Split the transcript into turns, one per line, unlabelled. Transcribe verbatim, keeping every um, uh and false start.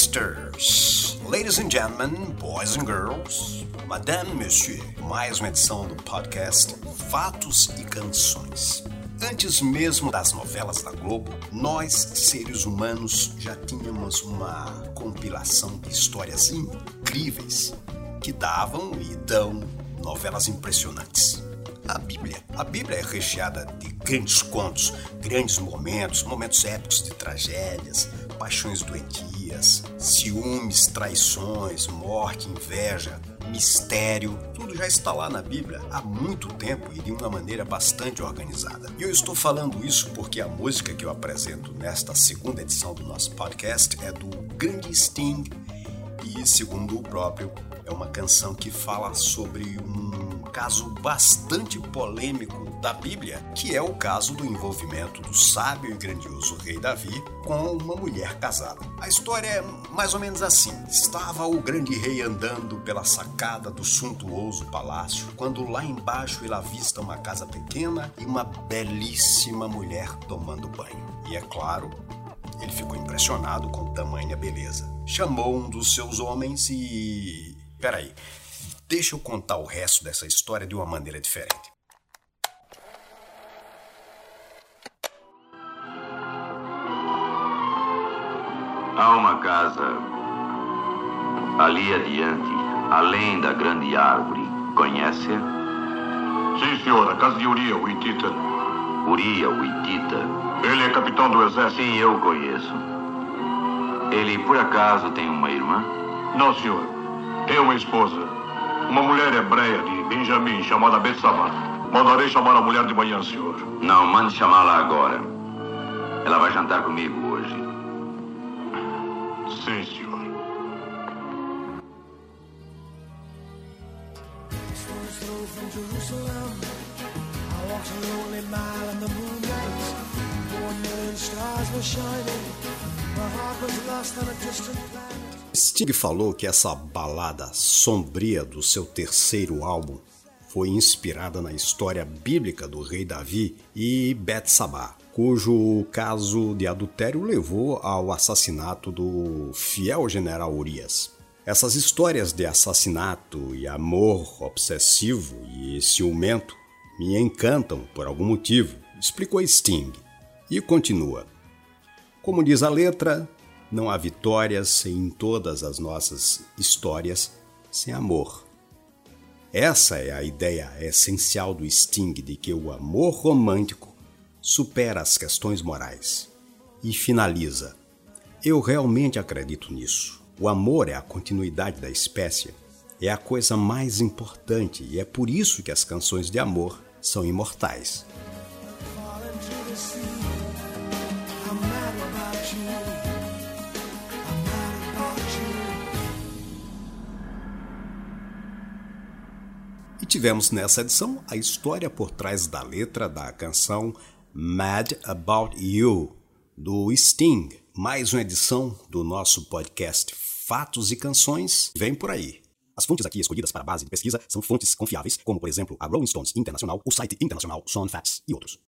Podcasters, ladies and gentlemen, boys and girls, madame, monsieur, mais uma edição do podcast Fatos e Canções. Antes mesmo das novelas da Globo, nós, seres humanos, já tínhamos uma compilação de histórias incríveis que davam e dão novelas impressionantes. A Bíblia. A Bíblia é recheada de grandes contos, grandes momentos, momentos épicos de tragédias, paixões doentias, ciúmes, traições, morte, inveja, mistério. Tudo já está lá na Bíblia há muito tempo e de uma maneira bastante organizada. E eu estou falando isso porque a música que eu apresento nesta segunda edição do nosso podcast é do grande Sting e, segundo o próprio, é uma canção que fala sobre um caso bastante polêmico da Bíblia, que é o caso do envolvimento do sábio e grandioso rei Davi com uma mulher casada. A história é mais ou menos assim. Estava o grande rei andando pela sacada do suntuoso palácio, quando lá embaixo ele avista uma casa pequena e uma belíssima mulher tomando banho. E é claro, ele ficou impressionado com tamanha beleza. Chamou um dos seus homens e... Peraí, deixa eu contar o resto dessa história de uma maneira diferente.
Há uma casa ali adiante, além da grande árvore. Conhece?
Sim, senhor, a casa de Uria, o Hitita.
Uria, o Hitita?
Ele é capitão do exército.
Sim, eu conheço. Ele, por acaso, tem uma irmã?
Não, senhor. Tem uma esposa, uma mulher hebreia de Benjamim, chamada Betsabá. Mandarei chamar a mulher de manhã, senhor.
Não, mande chamá-la agora. Ela vai jantar comigo hoje.
Sim, senhor.
Sting falou que essa balada sombria do seu terceiro álbum foi inspirada na história bíblica do rei Davi e Betsabá, cujo caso de adultério levou ao assassinato do fiel general Urias. Essas histórias de assassinato e amor obsessivo e ciumento me encantam por algum motivo, explicou Sting. E continua. Como diz a letra, não há vitórias em todas as nossas histórias sem amor. Essa é a ideia essencial do Sting de que o amor romântico supera as questões morais. E finaliza. Eu realmente acredito nisso. O amor é a continuidade da espécie. É a coisa mais importante e é por isso que as canções de amor são imortais. E tivemos nessa edição a história por trás da letra da canção Mad About You, do Sting. Mais uma edição do nosso podcast Fatos e Canções vem por aí. As fontes aqui escolhidas para a base de pesquisa são fontes confiáveis, como por exemplo a Rolling Stones Internacional, o site internacional Songfacts e outros.